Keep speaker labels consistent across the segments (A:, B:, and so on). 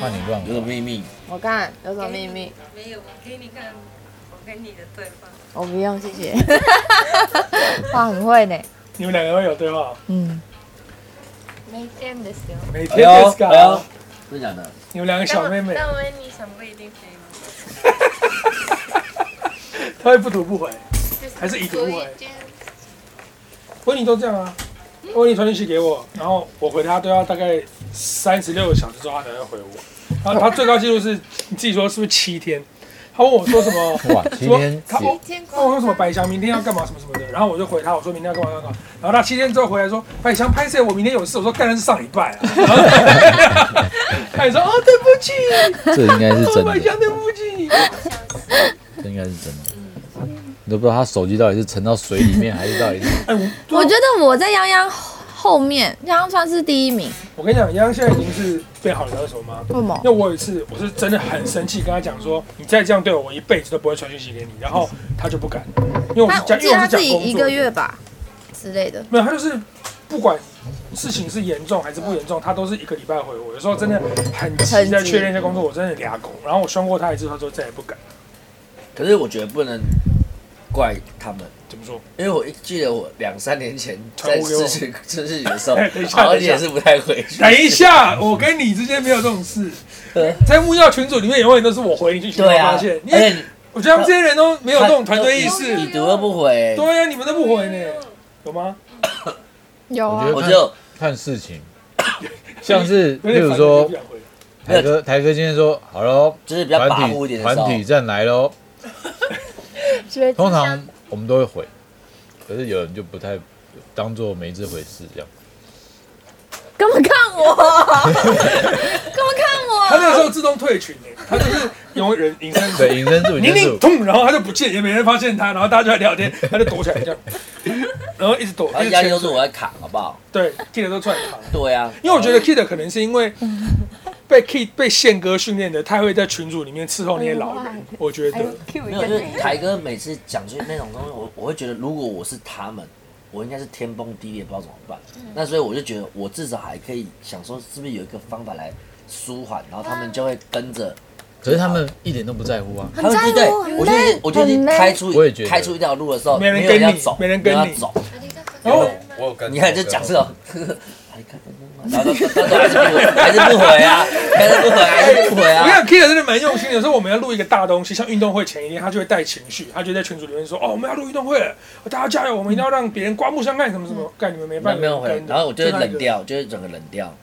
A: 怕你乱。
B: 有什么秘密？
C: 我看有什么秘密？
D: 没有，我给你看，我跟你的对话。
C: 我不用，谢谢。哇，很会呢。
E: 你们两个会有对话？
D: 每天的时候。
E: 每天ですか？
B: 真的假的？
E: 你们两个小妹妹，
D: 但我问你想不一定可以吗？
E: 她会不读不回，还是已读不回？温妮都这样啊。温妮传讯息给我，然后我回她都要大概36个小时之后，她才会回我。然后她最高纪录是，你自己说是不是7天？她问我说什么？
A: 哇，7天！
E: 她问我说什么？百祥明天要干嘛？什么什么的。然后我就回她，我说明天要干嘛干嘛。然后她7天之后回来说，百祥拍摄，我明天有事。我说干的是上礼拜啊。她也说哦，对不起。
A: 这应该是真的。
E: 百祥，对不起。
A: 这应该是真的。你都不知道他手机到底是沉到水里面，还是到底是……
C: 我觉得我在泱泱后面，泱泱算是第1名。
E: 我跟你讲，泱泱现在已经是变好，你知道什么吗？
C: 为什么？
E: 因为我有一次，我是真的很生气，跟他讲说，你再这样对我，我一辈子都不会传讯息给你。然后他就不敢，因为我是讲，因为我是讲工作。
C: 自己1个月吧之类的。
E: 没有，他就是不管事情是严重还是不严重，他都是1个礼拜回我。有时候真的很急，在确认一下工作，我真的俩拱。然后我凶过他一次，他说再也不敢。
B: 可是我觉得不能怪他们。
E: 怎么说？因
B: 为我记得我2-3年前在咨询的时候，
E: 好
B: 像你也是不太回去。
E: 等一下，我跟你之间没有这种事。在木曜群组里面，永远都是我回你去，对啊，发现。因为我觉得他们这些人都没有这种团队意识，
B: 已读都不回。
E: 对啊，你们都不回呢，有吗？
C: 有啊，
A: 我就看事情，像是例如说，台哥今天说好喽，
B: 就是比较跋扈一点的时候，
A: 团体战来喽。通常我们都会回，可是有人就不太当做没这回事这样。
C: 干嘛看我？干嘛看我？
E: 他那个时候自动退群他就是用人隐身术，
A: 对，隐身术，
E: 你痛，然后他就不见，也没人发现他，然后大家就在聊天，他就躲起来这样，然后一直躲。
B: 压力都是我在扛，好不好？
E: 对 ，Kid 都出来扛。
B: 对啊，
E: 因为我觉得 Kid 可能是因为被宪哥训练的，他会在群组里面伺候那些老人。我觉得
B: 没有，就是台哥每次讲出那种东西，我会觉得，如果我是他们，我应该是天崩地裂，不知道怎么办。那所以我就觉得，我至少还可以想说，是不是有一个方法来舒缓，然后他们就会跟着。
A: 可是他们一点都不在乎啊！
B: 他们对，我觉得开出一条路的时候，
E: 没人跟你走，没人跟你
B: 走。
A: 然后我有跟
B: 你看就讲这种，然后还是不回啊，还是不回啊。
E: 我看 Kid 真的蛮用心的，有时候我们要录一个大东西，像运动会前一天，他就会带情绪，他就在群组里面说：“哦，我们要录运动会了，大家加油，我们一定要让别人刮目相看，什么什么，干你们没办法。”
B: 没有回，然后我就会冷掉，就会整个冷掉。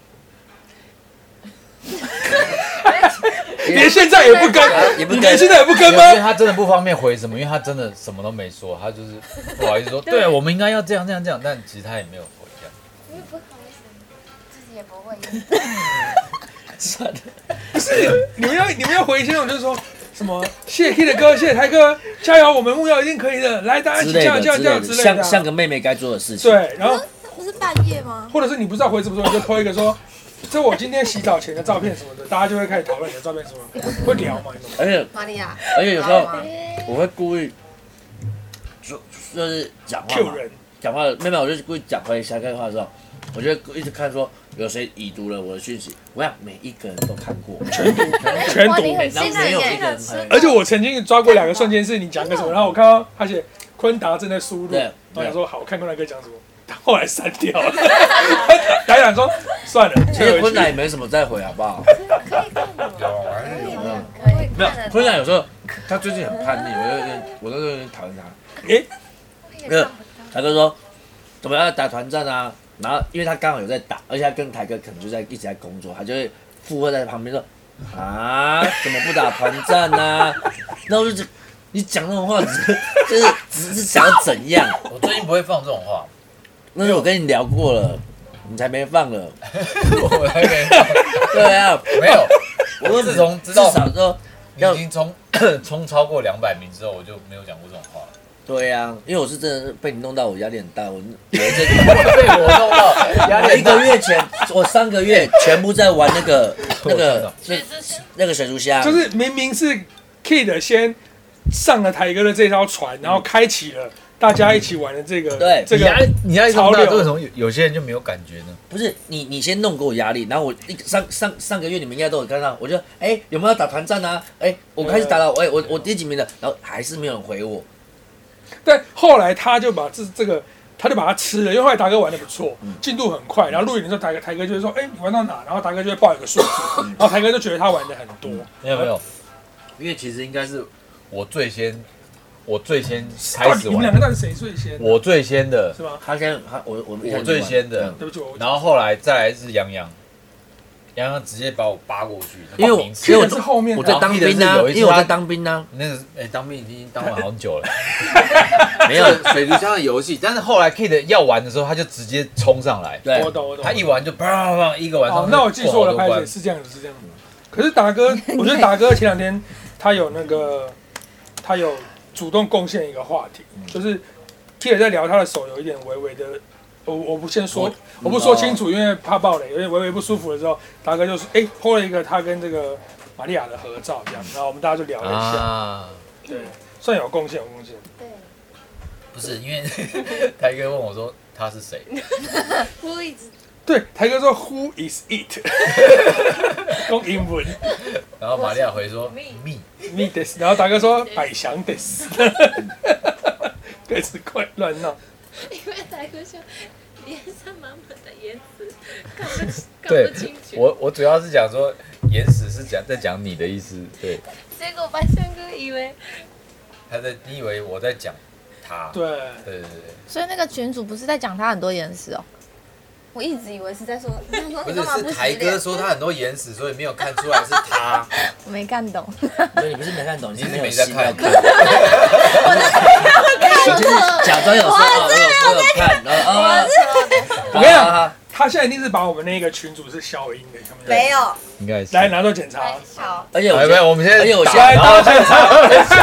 E: 连现在也不跟，你连现在也不跟吗？
A: 因为他真的不方便回什么，因为他真的什么都没说，他就是不好意思说，对，我们应该要这样，但其实他也没有回这样。
D: 因为不好意思，自己也不会。
B: 算了，
E: 不是你们要回一些那种，就是说什么谢谢 Kid 哥，谢谢台哥，加油，我们木曜一定可以的，来大家一起加油之类的，
B: 像个妹妹该做的事情。
E: 对，然后
C: 不是半夜吗？
E: 或者是你不知道回什么时候，你就拖一个说。这我今天洗澡前的照片什么的，大家就会开始讨论你的照片什么，会聊嘛？
B: 而且有时候我会故意就是讲话嘛，讲话妹妹，我就故意讲回想看话的时候，我就一直看说有谁已读了我的讯息，我想每一个人都看过，全读，
E: 全读，
B: 然后没有一个人回。
E: 而且我曾经抓过2个瞬间是你讲个什么，然后我看到他写坤达正在输入，然后我说好，我看坤达哥讲什么。后来删掉了，台长说算了。
B: 其实坤达也没什么再回，好不好？没有，坤达有时候他最近很叛逆，我都有点讨厌他。没有，台哥说怎么样打团战啊？然后因为他刚好有在打，而且他跟台哥可能就一直在工作，他就会附和在旁边说啊，怎么不打团战啊？然后就你讲那种话，只是想要怎样？
A: 我最近不会放这种话。
B: 那是我跟你聊过了，你才没放了。
A: 我才没放。
B: 对啊，
A: 没有。我自从知道
B: 至少说
A: 你已经冲超过200名之后，我就没有讲过这种话了。
B: 对啊，因为我是真的被你弄到我压力很大，我
A: 被我弄到压力很大。
B: 1个月前，我3个月全部在玩那个水族虾，
E: 就是明明是 Kid 先上了台哥的这艘船，然后开启了大家一起玩的这个
B: 对
E: 这个
A: 你压力这
E: 潮
A: 么大，为什
E: 流，
A: 么有些人就没有感觉呢？
B: 不是你先弄给我压力，然后我上个月你们应该都有看到，我就有没有打团战啊？我开始打了，我第几名了？然后还是没有人回我。
E: 但后来他就把这个。他就把它吃了，因为后来达哥玩的不错，进度很快。然后录影的时候，台哥就会说：“你玩到哪？”然后达哥就会报一个数字，然后台哥就觉得他玩的很多。
A: 没有，因为其实应该是我最先开始玩。
E: 你们两个到底谁最先？
A: 我最先的
E: 是吗？
B: 我
A: 最先的，
E: 对不起，
A: 然后后来再来是杨洋直接把我扒过去，
B: 因为
E: 我是后面
B: 我在当兵啊，因为我在当兵啊。
A: 那个当兵已经当完好久了，
B: 没有
A: 水族箱的游戏，但是后来 Kid 要玩的时候，他就直接冲上来，
B: 对，
E: 我懂，
A: 他一玩就砰一个晚上。
E: 那我记错了，拍摄是这样子，是这样子。可是达哥，我觉得达哥前两天他有主动贡献一个话题，就是 Kid 在聊他的手有一点微微的。我不先说，我不说清楚，因为怕爆雷，有点微微不舒服的时候，达哥就说，po 了一个他跟这个玛利亚的合照，这样，然后我们大家就聊了一下，对，算有贡献，
C: 对，
A: 不是因为台哥问我说他是谁，
E: 对，台哥说 Who is it？ 用英文，
A: 然后玛利亚回说 me
E: des， 然后达哥说百祥 des， 开始快乱闹。
D: 因为台哥说脸上满满的盐丝，看不清楚。
A: 我主要是讲说岩石是在讲你的意思，对。
D: 结果白象哥以为
A: 你以为我在讲他？
E: 对。
C: 所以那个群主不是在讲他很多岩石哦。我一直以为是在说，
A: 不是台哥说他很多岩石，所以没有看出来是他。
C: 我没看懂。
B: 所以你不是没看懂，你是没
A: 在看。
B: 我就是假装有说我有看，
E: 我跟你讲，他现在一定是把我们那个群主是消音的，
C: 没有，
A: 应该是
E: 来拿出检查。
C: 好，
B: 而且
A: 我们现在，
B: 而且我现
E: 在拿出检查。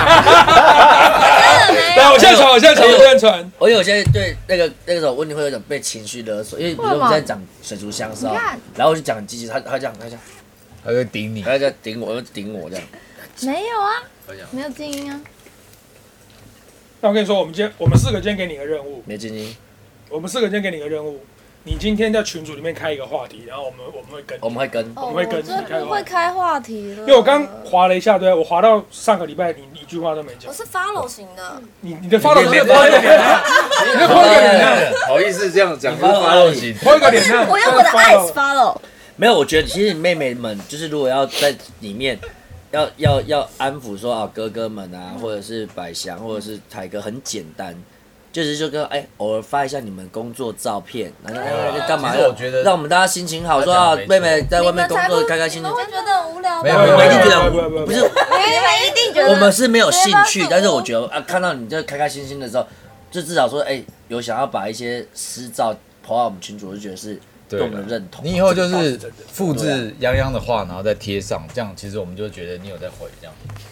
E: 来，我现在传。
B: 我有些对那种问题会有点被情绪勒索，因为比如我们在讲水族箱的时候，然后我就讲很积极，他这样，
A: 他就顶你，
B: 他就顶我这样。
C: 没有啊，没有静音啊。
E: 那我跟你说，我们4个今天给你个任务，
B: 没静音。
E: 我们4个今天给你个任务，你今天在群组里面开一个话题，然后我们会跟，
B: 我们会跟，
C: 我不会开话题了。
E: 因为我刚滑了一下，对，我滑到上个礼拜你一句话都没讲。
C: 我是 follow 型的。
E: 你的 follow 是 po 一个脸啊，你的 po 一个脸啊，
A: 好意思这样讲 follow 型
E: ，po 一个脸啊。
C: 我用我的 eyes follow。
B: 没有，我觉得其实妹妹们就是如果要在里面。要安抚说啊，哥哥们啊，或者是百祥，或者是台哥，很简单，就跟偶尔发一下你们工作照片，然后干嘛？
A: 我觉得
B: 让我们大家心情好，说啊，妹妹在外面工作开开心心。
C: 你们会觉得很无聊吗？
A: 没有，
B: 我们一定觉得不是，
C: 你们一定觉得
B: 我们是没有兴趣，但是我觉得啊，看到你这开开心心的时候，就至少说有想要把一些私照抛到我们群组，我就觉得是。对我们的认同，
A: 你以后就是复制泱泱的话，然后再贴上，这样其实我们就觉得你有在回这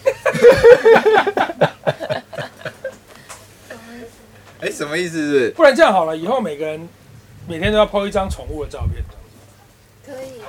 A: 样。什么意思是？
E: 不然这样好了，以后每个人每天都要 po 一张宠物的照片，
C: 可以，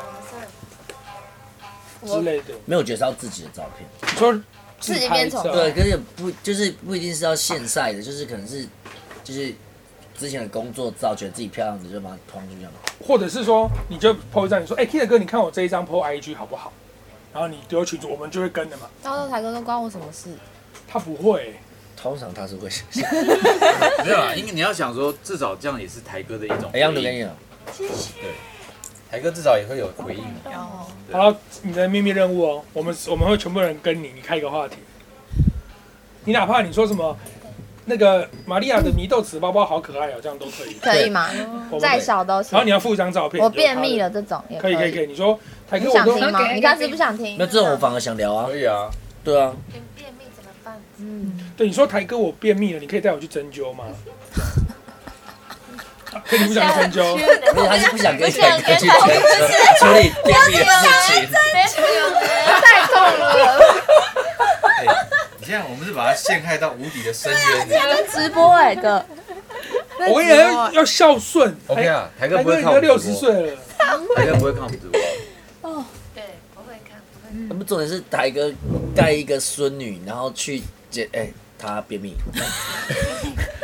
E: 之类的。
B: 没有觉得是要自己的照片，
E: 你说
C: 自己变宠物，
B: 对，可是不一定是要现晒的，就是可能是之前的工作照，觉得自己漂亮的就把它抛出去这样。
E: 或者是说，你就 po 一张，你说，Kid 哥，你看我这一张 po IG 好不好？然后你丢群组，我们就会跟的嘛。
C: 到时候台哥都关我什么事？
E: 他不会，
B: 通常他是会。
A: 没有啊，因为你要想说，至少这样也是台哥的一种。
B: 一样的跟你讲。
C: 谢谢。
A: 对，台哥至少也会有回应。
E: 好了，你的秘密任务哦，我们会全部人跟你，你开一个话题。你哪怕你说什么。那个玛利亚的祢豆纸包包好可爱哦，这样都可以。
C: 可以吗？再小都行。
E: 然后你要附一张照片。
C: 我便秘了，这种也
E: 可以。你说台哥，
C: 我想听吗？你看是不想听？
B: 那这种我反而想聊啊。
A: 可以啊。
B: 对啊。
D: 便秘怎么办？
E: 对，你说台哥我便秘了，你可以带我去针灸吗？可你不想去针灸？
B: 因为他是不想跟台哥去处理便秘的事情。
C: 太痛了。
A: 这样我们是把它陷害到无底的深渊。
C: 跟直播哥，
E: 我跟你讲要孝顺。
A: OK 啊，台哥不会看
E: 我们直播。60岁了，
A: 台哥不会看我们直播。
D: 哦，对，不会看。
B: 那么重点是台哥带一个孙女，然后去他便秘。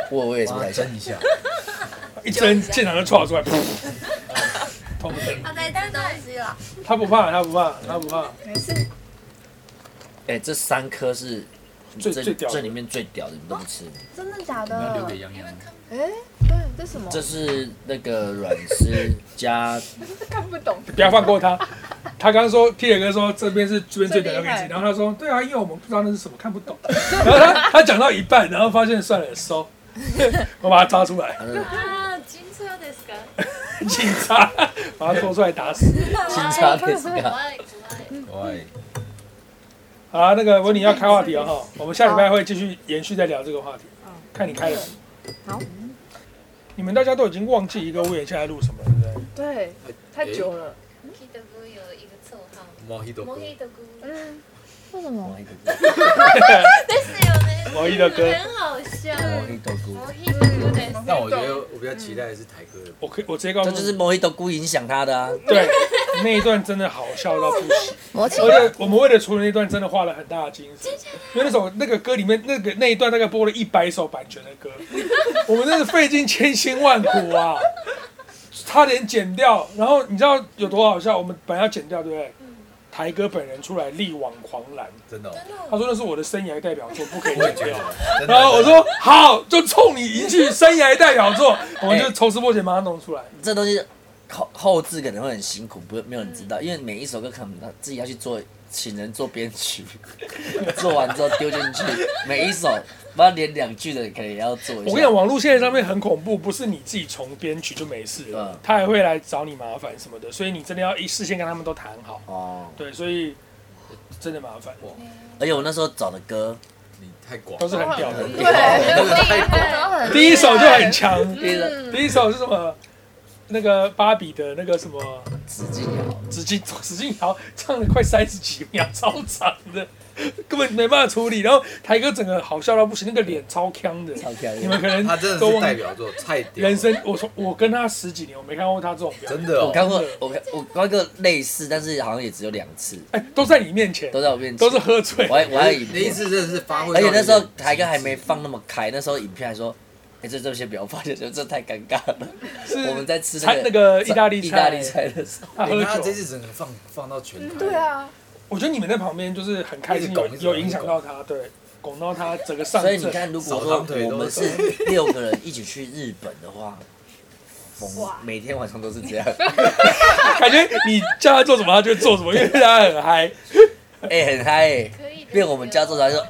B: 我也是不太想
A: 蒸。一下，
E: 一针现场就戳出来，痛
C: 他在吃东西了，
E: 他不怕，他不怕，他不怕。
C: 没事。
B: 哎，这3颗是
E: 最屌的
B: 这里面最屌的，你们都不吃。
C: 真的假
A: 你要留
C: 的？
A: 给洋洋。
C: 哎，对，这什么？
B: 这是那个软丝加
D: 看不懂。
E: 不要放过他。他刚刚说 Peter 哥说这边最屌的位置，然后他说对啊，因为我们不知道那是什么，看不懂。然后他讲到一半，然后发现算了收，我把他抓出来，
D: 啊，金车ですか？
E: 警察把他拖出来打死。
B: 清茶的是吧？
A: 喂，
E: 好啊，那个文你要开话题哦哈，我们下礼拜会继续延续再聊这个话题，看你开了。
C: 好。
E: 你们大家都已经忘记一个屋檐下在录什么了，对不对？
D: 对，太久了。
F: Mojito菇有一个绰号，
A: 莫希多哥，
F: Mojito菇，
C: 为什么？
F: ですよね。
E: 毛衣的歌，
F: 很好笑。
B: 莫希多菇，
F: Mojito菇です。
A: 但我觉得我比较期待的是台哥的，
E: 我直接告诉你，
B: 这就是莫希多菇影响他的啊。
E: 对，那一段真的好笑到不行。
C: 魔奇
E: 而且我们为了处理那段，真的花了很大的精神，因为那个歌里面那一段大概播了100首版权的歌，我们真是费尽千辛万苦啊，差点剪掉。然后你知道有多好笑？我们本来要剪掉，对不对？台哥本人出来力挽狂澜，
A: 真的哦，
E: 他说那是我的生涯代表作，不可以剪掉。
A: 我也觉得，真的
E: 然后我说好，就冲你一句生涯代表作，我们就抽丝剥茧把它弄出来。
B: 这东西后置可能会很辛苦，不没有人知道，因为每一首歌可能他自己要去做，请人做编曲，做完之后丢进去，每一首不然连2句的可能也要做一下。
E: 我跟你讲，网络现在上面很恐怖，不是你自己重编曲就没事了，他还会来找你麻烦什么的，所以你真的要事先跟他们都谈好。
B: 哦，
E: 对，所以真的麻烦，
B: 而且我那时候找的歌，
A: 你太广
E: 都，是很屌的。
C: 对，
E: 第一首就很强，
B: 第一个
E: 第一首是什么？那个芭比的那个什么
B: 紫金瑶，
E: 紫金瑶唱了快30几秒，超长的，根本没办法处理。然后台哥整个好笑到不行，那个脸超呛的，
B: 超强
E: 你们可能
A: 他真的是
E: 都忘记。
A: 代表作，太屌了，
E: 人生，我跟他10几年，我没看过他这种表演，
A: 真的哦，
B: 我看过，我看过类似，但是好像也只有2次，
E: 哎，都在你面前，
B: 都在我面前，
E: 都是喝醉。
B: 我还影片，
A: 那一次真的是发挥，
B: 而且那时候台哥还没放那么开，那时候影片还说，哎，这先不要放，这太尴尬了。
E: 是
B: 我们在吃
E: 那个意大利
B: 菜的时候，
E: 他喝
A: 他这
E: 酒。
A: 次整个放到全台，
D: 对，啊，
E: 我觉得你们在旁边就是很开心，
A: 一直拱
E: 有影响到他，对，拱到他整个上阵。
B: 所以你看，如果说我们是6个人一起去日本的话，每天晚上都是这样，
E: 感觉你叫他做什么，他就会做什么，因为他很嗨。
B: 哎，很嗨哎，变我们家做出来就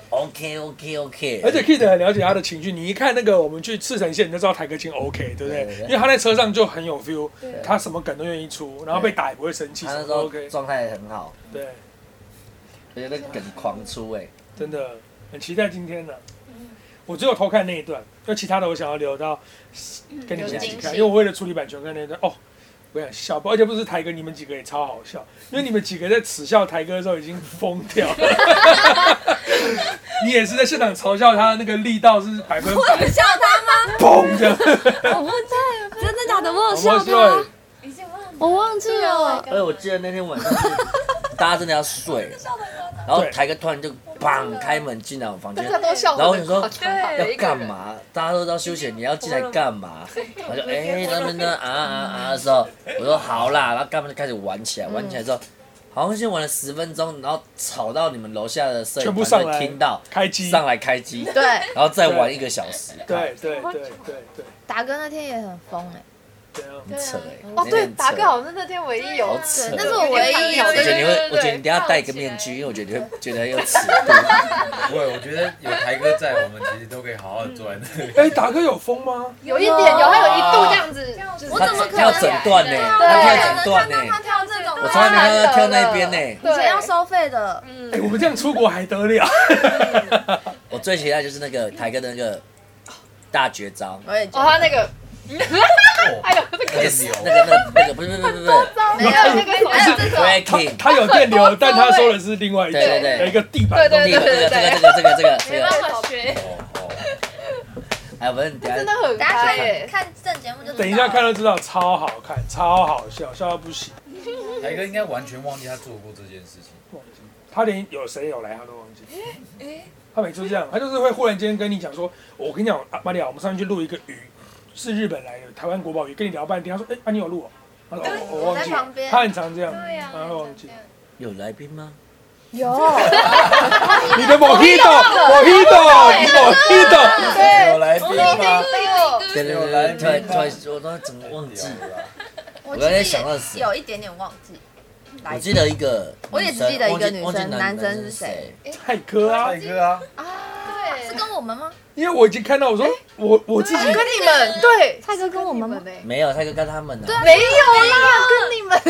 B: OK，
E: 而且 Kid 很了解他的情绪，你一看那个我们去赤城线，你就知道台哥今天 OK，对不对？
B: 对
E: 因为他在车上就很有 feel，他什么梗都愿意出，然后被打也不会生气，什么都
B: 他那时候
E: OK。
B: 状态很好，
E: 对，
B: 而且那梗狂出哎，
E: 真的很期待今天呢。我只有偷看那一段，因为其他的我想要留到跟你们一起看，因为我为了处理版权看那一段，哦，我想笑爆，而且不是台哥，你们几个也超好笑，因为你们几个在耻笑台哥的时候已经疯掉了。你也是在现场嘲笑他那个力道是100%，
C: 笑他吗？
E: 砰这样。
C: 我忘记了，真的假的？我有笑
E: 对
C: 他，我忘记了。
B: 而且我记得那天晚上是大家真的要睡了，然后台哥突然就砰开门进来我房间，
D: 他都笑
B: 然后我想说
D: 对
B: 要干嘛？大家都要休息，你要进来干嘛？我就那边呢的时候，我说好啦，然后他们就开始玩起来，玩起来之后，好像先玩了10分钟，然后吵到你们楼下的摄影团队听到，
E: 开机
B: 上来开机，
C: 对，
B: 然后再玩1个小时，
E: 对，
C: 达哥那天也很疯哎，
E: 这样。
B: 很扯哎。
D: 哦对，达哥好像那天唯一有
B: 好扯
C: 那是我唯一有
B: 我觉得你会，我觉得你
D: 对
B: 等一下戴一个面具，因为我觉得你会觉得很有尺度。
A: 不会，我觉得有台哥在，我们其实都可以好好坐在那里。
E: 哎，达哥有疯吗？
D: 有一点有，他有一度这样子，就是
C: 我怎么可能
B: 跳整段呢？他跳整段呢？
C: 他跳这种，
B: 我从来没看到他跳那边呢。
C: 以前要收费的，
E: 哎，我们这样出国还得了？
B: 我最期待就是那个台哥的那个大绝招，
C: 我也觉
D: 哦，他那个还有那个
A: 电流，
B: 那个不是
C: 没有那个，
D: 还有这种，
B: breaking，
E: 他有电流，但他说的是另外一种，
B: 对对对
E: 有一个地板动作。
D: 对对
B: 这个，
D: 没办法学，
B: 哎，我们等下
D: 真的很
C: 大家
D: 开耶。
C: 看正节目就知道
E: 等一下看就知道，超好看，超好笑，笑到不行。
A: 台哥应该完全忘记他做过这件事情。
E: 他连谁有来他都忘记。他每次都这样，他就是会忽然间跟你讲说，我跟你讲，玛利亚，我们上次去录一个鱼，是日本来的台湾国宝鱼，跟你聊半天，他说，你有录哦？他说我忘记了，他很常这样，然后忘记。
B: 有来宾吗？
C: 有，
E: 你的 Mojito，
C: 对，
B: 有来宾吗？对，
A: 有来
B: 突然
A: 宾吗
B: 我都怎么忘记？
C: 我
B: 刚才想到谁
C: 有一点点忘记。
B: 我记得一个，
C: 我也只记得一个女
B: 忘记
C: 生，男生是谁？
E: 泰哥啊，
A: 帅哥啊，
C: 是跟我们吗？
E: 因为我已经看到，我说我自己
C: 跟你们对，蔡哥跟我们吗？
B: 没有，泰哥跟他们呢。
C: 没有啦，跟你们。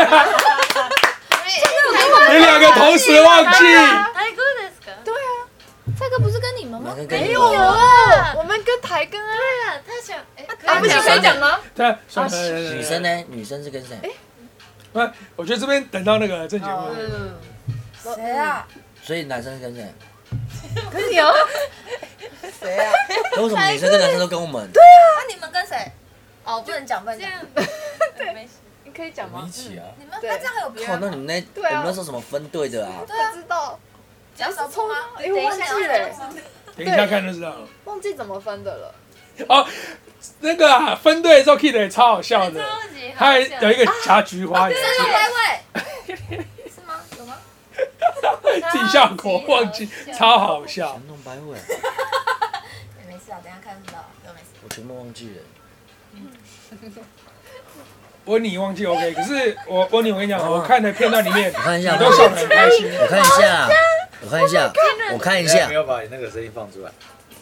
E: 你两个同时忘记，
F: 太goodですか？
C: 对啊，蔡哥不是跟你们吗？
B: 没
C: 有啊，我们跟台根啊。
F: 对啊，他想
C: 不行，可以讲吗？
E: 对，
B: 女生呢？女生是跟谁？
E: 我觉得这边等到那个郑节目，
C: 谁啊？
B: 所以男生是跟谁？
C: 跟你哦。谁啊？
B: 为什么女生跟男生都跟我们？
C: 那你们跟谁？哦，不能讲，不能讲。
F: 对，没事。
C: 你可以讲吗
A: 我们一？起啊，
C: 你们那这样还有别
B: 靠，
C: 人吗？
B: 那你们我们那时候什么分队的啊？
C: 对啊，知道。讲什么吗？
F: 等一下
E: 等一下看就知道了。
C: 忘记怎么分的了。
E: 哦，那个啊，分队的时候 Kid 也超好笑的，他还有一个夹菊花，
C: 生龙开胃。是吗？有吗？
E: 自己效果忘记，超好笑
B: 全。弄百尾，
C: 没事啊，等一下看不到，都没事。
B: 我全部忘记了。
E: 温妮忘记 OK，可是温妮，我跟你讲，我看的片段里面，
B: 我看一下
E: 你都笑得很开心。
B: 我看一下，我看一下，我看一下
A: 没。有把你那个声音放出来。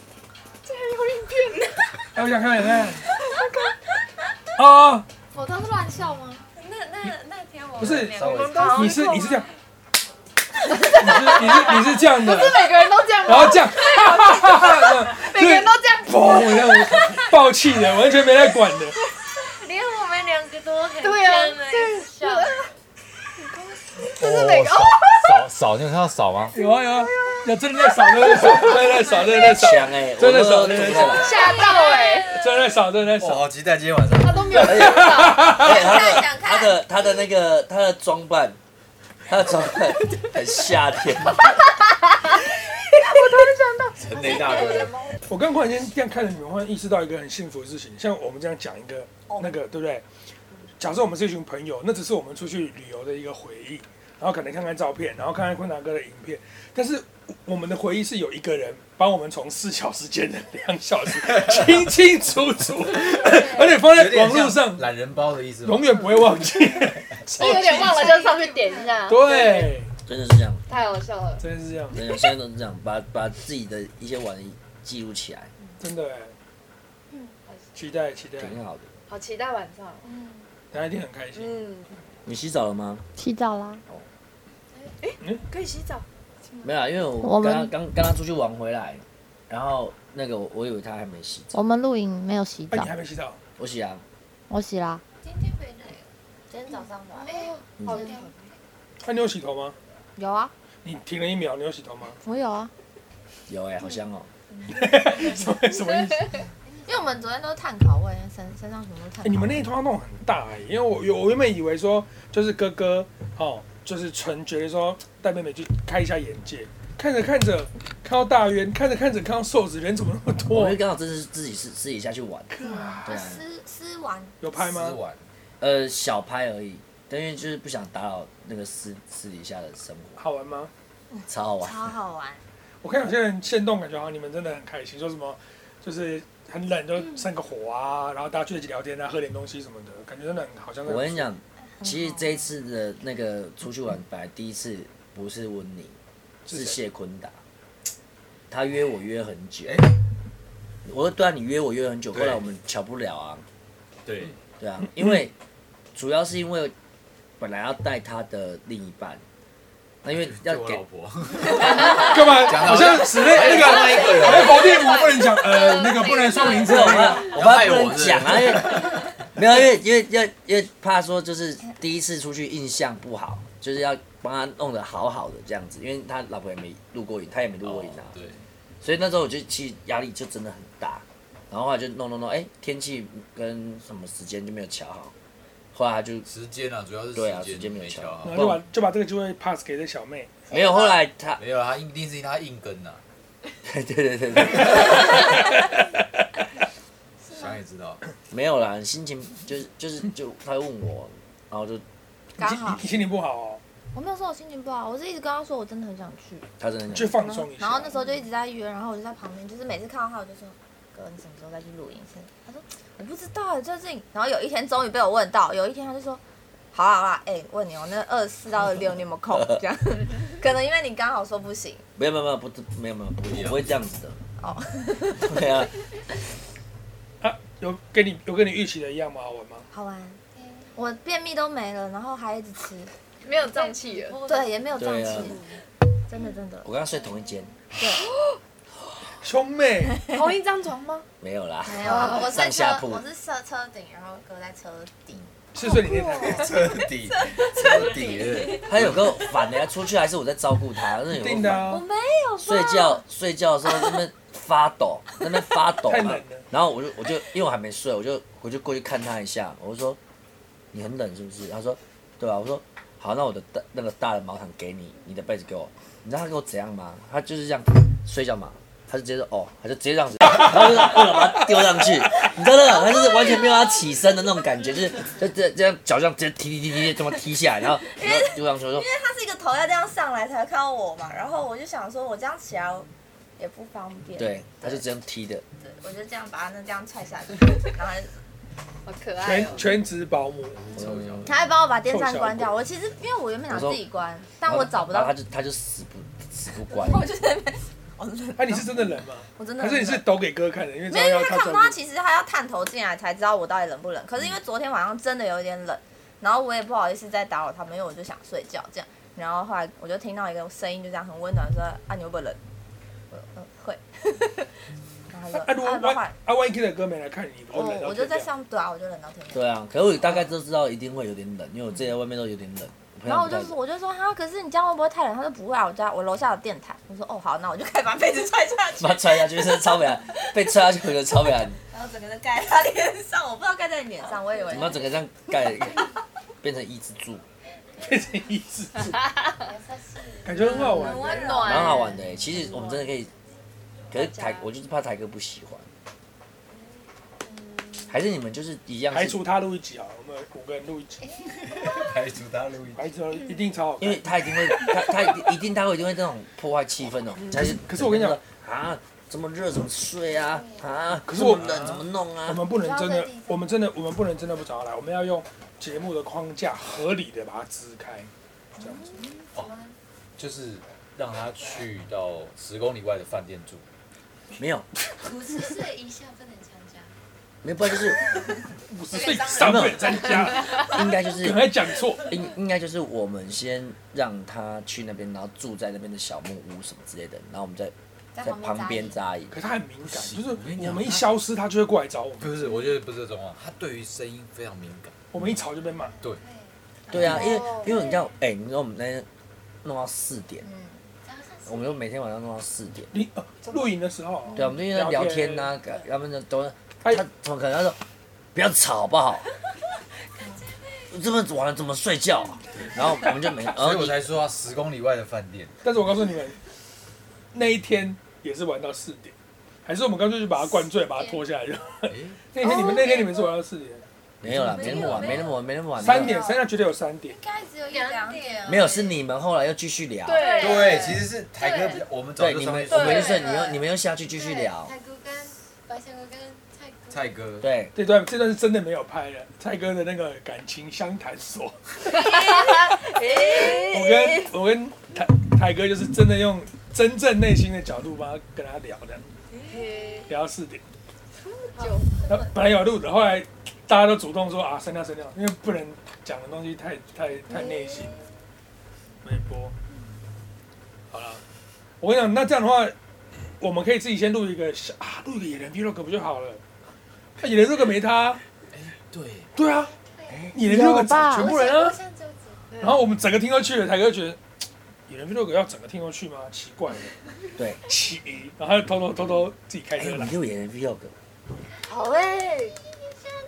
E: 哎，我想看看。哦，
C: 我都是乱笑吗？
F: 那天我
E: 不是
F: 两个
A: 稍微
E: 你是这样，你是这样的，
C: 每个人都这样
E: 然后这样，
C: 每个人都这样。
E: 嘣，这样爆气的，完全没在管的。
F: 连我们两个都很
C: 对啊
F: 真的一直笑。
C: 就是每个
A: 扫，你有看到扫吗？
E: 有啊，真的在扫，真的在扫，
B: 强哎，
E: 真的少
B: 我都做不到
C: 吓到哎，
E: 真的在扫，
A: 哇，好期待今天晚上。
C: 他都没有想到。
B: 而且
C: 想看
B: 他的装扮很夏天。
A: 陈雷大哥，
E: 我刚忽然间这样看着你们，忽然意识到一个很幸福的事情，像我们这样讲一个那个，对不对？假设我们是一群朋友，那只是我们出去旅游的一个回忆，然后可能看看照片，然后看看坤达哥的影片，但是我们的回忆是有一个人帮我们从4小时间的2小时清清楚楚，而且放在网络上，
A: 懒人包的意思吗？
E: 永远不会忘记。
C: 有点忘了，就上去点一下。
E: 对，
B: 真的是这样，
C: 太好笑了。
E: 真的是这样，
B: 真的现在都是这样，把自己的一些玩意记录起来，
E: 真的哎。期待，
B: 挺好的。
C: 好期待晚上。
E: 大家一定很开心。
B: 你洗澡了吗？
G: 洗澡啦。
C: 可以洗澡。
B: 没有啊，因为我刚他出去玩回来，然后那个我以为他还没洗澡。
G: 我们露营没有洗
E: 哎，
G: 澡
E: 你，还没洗澡？
B: 我洗啊，
G: 我洗啦。
F: 今天回来了，
C: 今天早上吧。
F: 好
E: 那你有洗头吗？
G: 有啊，
E: 你停了1秒，你有洗头吗？
G: 我有啊。
B: 有好香哦。
E: 什么意思？
C: 因为我们昨天都是碳烤味，身上什么都碳烤味。
E: 你们那一团弄很大哎，因为我原本以为说就是哥哥哦，就是纯觉得说带妹妹去开一下眼界，看着看到大渊，看着看到瘦子，人怎么那么多
B: 我就？刚好这是自己私底下去玩，对啊，
C: 撕完
E: 有拍吗？
B: 小拍而已，但因为就是不想打扰那个私底下的生活，
E: 好玩吗？
B: 超好玩。
C: 超好玩。
E: 我看有些人现动，感觉好像你们真的很开心，说什么就是很冷就生个火啊，然后大家聚在一起聊天啊，喝点东西什么的，感觉真的很好像。
B: 我跟你讲，其实这一次的那个出去玩，本来第一次不是温妮，是谢坤达，他约我约很久。我说对啊，你约我约很久，后来我们巧不了啊。
A: 对
B: 啊，因为主要是因为本来要带他的另一半，那因为要给
A: 我老婆，
E: 干嘛？好像室内那个，好像保电我不能讲，那个不能说名字。
B: 我怕不能讲啊，因为没有，因为怕说就是第一次出去印象不好，就是要帮他弄得好好的这样子，因为他老婆也没录过影，他也没录过影啊，
A: 对，
B: 所以那时候我就其实压力就真的很大，然后后来就弄，天气跟什么时间就没有瞧好， 后来他就
A: 时间啊，主要是
B: 对啊时间没有
A: 没
B: 敲
A: 好
E: 然。后就把这个机会 pass 给这小妹。
B: 没有，后来他
A: 没有，他一定是他硬跟呐，
B: 对，
A: 想也知道。
B: 没有啦，心情就他会问我，然后就
C: 刚好
E: 你心情不好哦，
C: 我没有说我心情不好，我是一直跟他说我真的很想去，
B: 他真的
E: 去放松一下。
C: 然后那时候就一直在约，然后我就在旁边，就是每次看到他我就说哥你什么时候再去录影？他说我不知道最近，然后有一天终于被我问到，有一天他就说。好啦，问你，我那24到26你有没有空？这样，可能因为你刚好说不行。
B: 没有，不会这样子的。
C: 哦，
B: 对啊，
E: 有跟你预期的一样吗？好玩吗？
C: 好玩。我便秘都没了，然后还一直吃，
D: 没有胀气了。
C: 对，也没有胀
B: 对啊
C: 气，真的。
B: 我跟他睡同一间，
C: 对，
E: 兄妹，
D: 同一张床吗？
B: 没有啦，
C: 没有，我
B: 上下铺
C: 我是车顶，然后哥在车底。
E: 是睡你那台？
A: 彻底的。
B: 他有个烦的，出去还是我在照顾他，真的有个烦。
E: 定的啊，
C: 没有
B: 睡觉的时候在那边发抖，
E: 太冷了。
B: 然后我就因为我还没睡，我就过去看他一下，我就说你很冷是不是？他说对吧？我说好，那我的那个大的毛毯给你，你的被子给我。你知道他给我怎样吗？他就是这样睡觉嘛。他就直接说哦，他就直接这样子，然后就把它丢上去，你知道那个，他就是完全没有要起身的那种感觉，就这样脚这样直接踢，这么踢下来，然后丢上去，我说
C: 因为他是一个头要这样上来才会看到我嘛，然后我就想说我这样起来也不方便。
B: 对，他就这样踢的。
C: 对，我就这样把他这样踹下去，然后
D: 好可爱哦。
E: 全职保姆，
C: 他还帮我把电扇关掉。我其实因为我原本想自己关，但我找不到。
B: 然后他就死不关。
C: 我就在那边。
E: 你是真的冷吗？
C: 我真的。
E: 还是你是抖给哥看的？因为
C: 没有，他看不到，他其实他要探头进来才知道我到底冷不冷。可是因为昨天晚上真的有一点冷，然后我也不好意思再打扰他们，因为我就想睡觉这样。然后后来我就听到一个声音，就这样很温暖说：“啊，你会不会冷？”会。然后他说：“
E: 万一 K 的哥没来看你，
C: 我就在上对啊，我就冷到天亮。
B: 对啊，可是我大概都知道一定会有点冷，因为我自己在外面都有点冷。
C: 然后我就说哈，可是你这样会不会太冷？他说不会啊，我楼下有电台。我说哦好，那我就开始把被子踹下去。
B: 把它踹下去，真的超美，被踹下去我觉得超美。然
C: 后整个就盖在他脸上，我不知道盖在你脸上，我以为。
B: 怎么整个这样盖，变成一只柱？
E: 变成一只柱，感觉很好玩，
D: 很暖，
B: 蛮好玩的。其实我们真的可以，可是我就是怕台哥不喜欢。还是你们就是一样？
E: 排除他录一集好了，我们5个人录一集。
A: 排除他录一集。
E: 排除一定超好看。
B: 因为他一定会，他一定会这种破坏气氛哦。
E: 可是我跟你讲
B: 啊，这么热怎么睡啊？啊，
E: 可是我
B: 冷怎么弄啊？
E: 我们不能真的，我们不能真的不找他来，我们要用节目的框架合理的把它支开，这样子。
A: 哦，就是让他去到10公里外的饭店住。
B: 没有。
F: 50岁以下不能参加。
B: 没有，不然就是
E: 50岁以上不能参加。
B: 应该就是
E: 可能讲错。
B: 应该就是我们先让他去那边，然后住在那边的小木屋什么之类的，然后我们在旁边扎营。
E: 可是他很敏感，就是我们一消失，他就会过来找我们。
A: 不是，我觉得不是这种啊，他对于声音非常敏感。
E: 我们一吵就被骂。
A: 对。
B: 对啊，因为你知道，你说我们那天弄到4点。我们就每天晚上弄到4点。
E: 你露营的时候？
B: 对，我们就在聊天呐，他们都他怎么可能？他说不要吵好不好？这么晚了怎么睡觉？然后我们就没，
A: 所以我才说10公里外的饭店。
E: 但是我告诉你们，那一天也是玩到4点，还是我们干脆就把他灌醉，把他拖下来就。那天你们是玩到4点？
B: 没有啦，没那么晚。
E: 3点，现在绝对有3点。
C: 应该只有1-2点。
B: 没有，是你们后来又继续聊。
A: 对，其实是台哥比较，我们早就上去。
B: 我们就是你们又下去继续聊。
F: 台哥跟白翔哥跟
A: 蔡哥。
B: 对。
E: 这段是真的没有拍的，蔡哥的那个感情相谈所。我跟台哥就是真的用真正内心的角度跟他聊的，聊到4点。本来有录的，后来大家都主动说啊删掉，因为不能讲的东西太内心，没播。好了，我跟你讲，那这样的话，我们可以自己先录一个野人 vlog 不就好了？野人 vlog 没他。对啊，野人 vlog 全部人啊。然后我们整个听过去了，台哥觉得野人 vlog 要整个听过去吗？奇怪的。
B: 对。
E: 然后他就偷偷自己开车来。
B: 你录野人 vlog。
C: 好哎。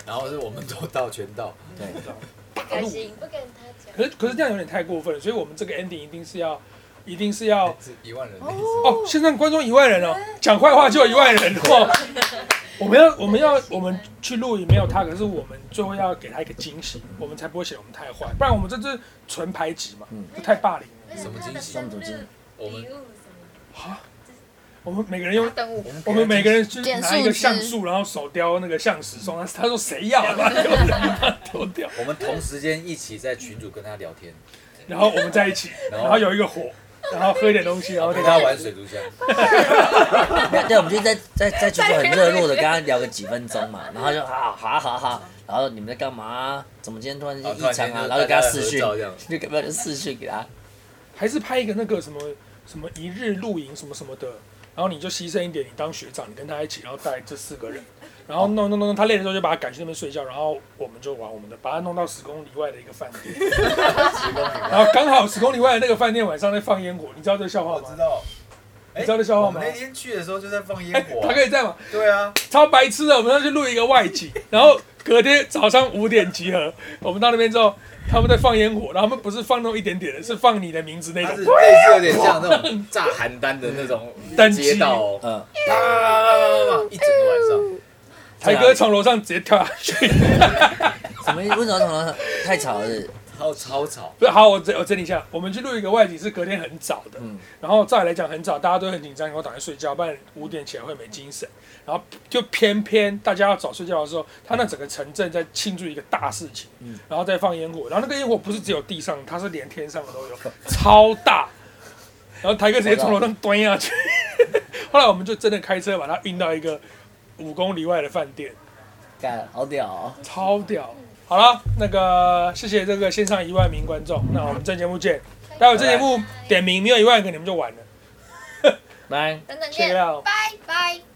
A: 然后是我们都到全到，
B: 对，
F: 开心，不跟他讲。
E: 可是这样有点太过分了，所以我们这个 ending 一定是要
A: 是1万人的
E: 哦，现在观众1万人哦，讲坏话就有1万人哦。我们去录影没有他，可是我们最后要给他一个惊喜，我们才不会显得我们太坏，不然我们这是纯排挤嘛，太霸凌了。
A: 什么惊喜？我们
E: 我们每个人用，
G: 等我
E: 我们每个人去
C: 点
E: 拿一个
C: 树枝
E: 橡树，然后手雕那个橡实送他。他说谁要，把它丢掉。
A: 我们同时间一起在群组跟他聊天，
E: 然后我们在一起，然后有一个火，然后喝一点东西，然后
A: 跟他玩水族箱。
B: 对，我们就在群组很热络的跟他聊个几分钟嘛，然后就好，然后你们在干嘛？怎么今天突然间异常啊？然后就跟他视讯，就视讯给他。
E: 还是拍一个那个什么一日露营什么什么的，然后你就牺牲一点，你当学长，你跟他一起，然后带这4个人，然后弄，他累的时候就把他赶去那边睡觉，然后我们就玩我们的，把他弄到10公里外的一个饭店，然后刚好10公里外的那个饭店晚上在放烟火，你知道这个笑话吗？
A: 我知道。
E: 你知道这笑话吗？
A: 我们那天去的时候就在放烟火。
E: 他可以在吗？
A: 对啊，
E: 超白痴的，我们要去录一个外景，然后隔天早上5点集合，我们到那边之后，他们在放烟火，然后他们不是放那种一点点的，是放你的名字那种，
A: 它是类似有点像那种炸邯郸的那种街道哦，一整个晚上。
E: 台哥从楼上直接跳下去。
B: 什么？为什么从楼上？太吵了是？
A: 超吵。
E: 不是，好，我整理一下，我们去录一个外景是隔天很早的，然后照理来讲很早，大家都很紧张，然后赶快睡觉，不然5点起来会没精神。然后就偏偏大家要早睡觉的时候，他那整个城镇在庆祝一个大事情，然后再放烟火，然后那个烟火不是只有地上，它是连天上的都有，超大。然后台哥直接从楼上端下去，后来我们就真的开车把他运到一个5公里外的饭店，
B: 干，好屌哦！
E: 超屌。好了，那个谢谢这个线上1万名观众，那我们这节目见。待会这节目点名没有1万个，你们就完了。
B: 拜。
F: 等等
E: Check
F: 见
E: it out，
F: 拜拜。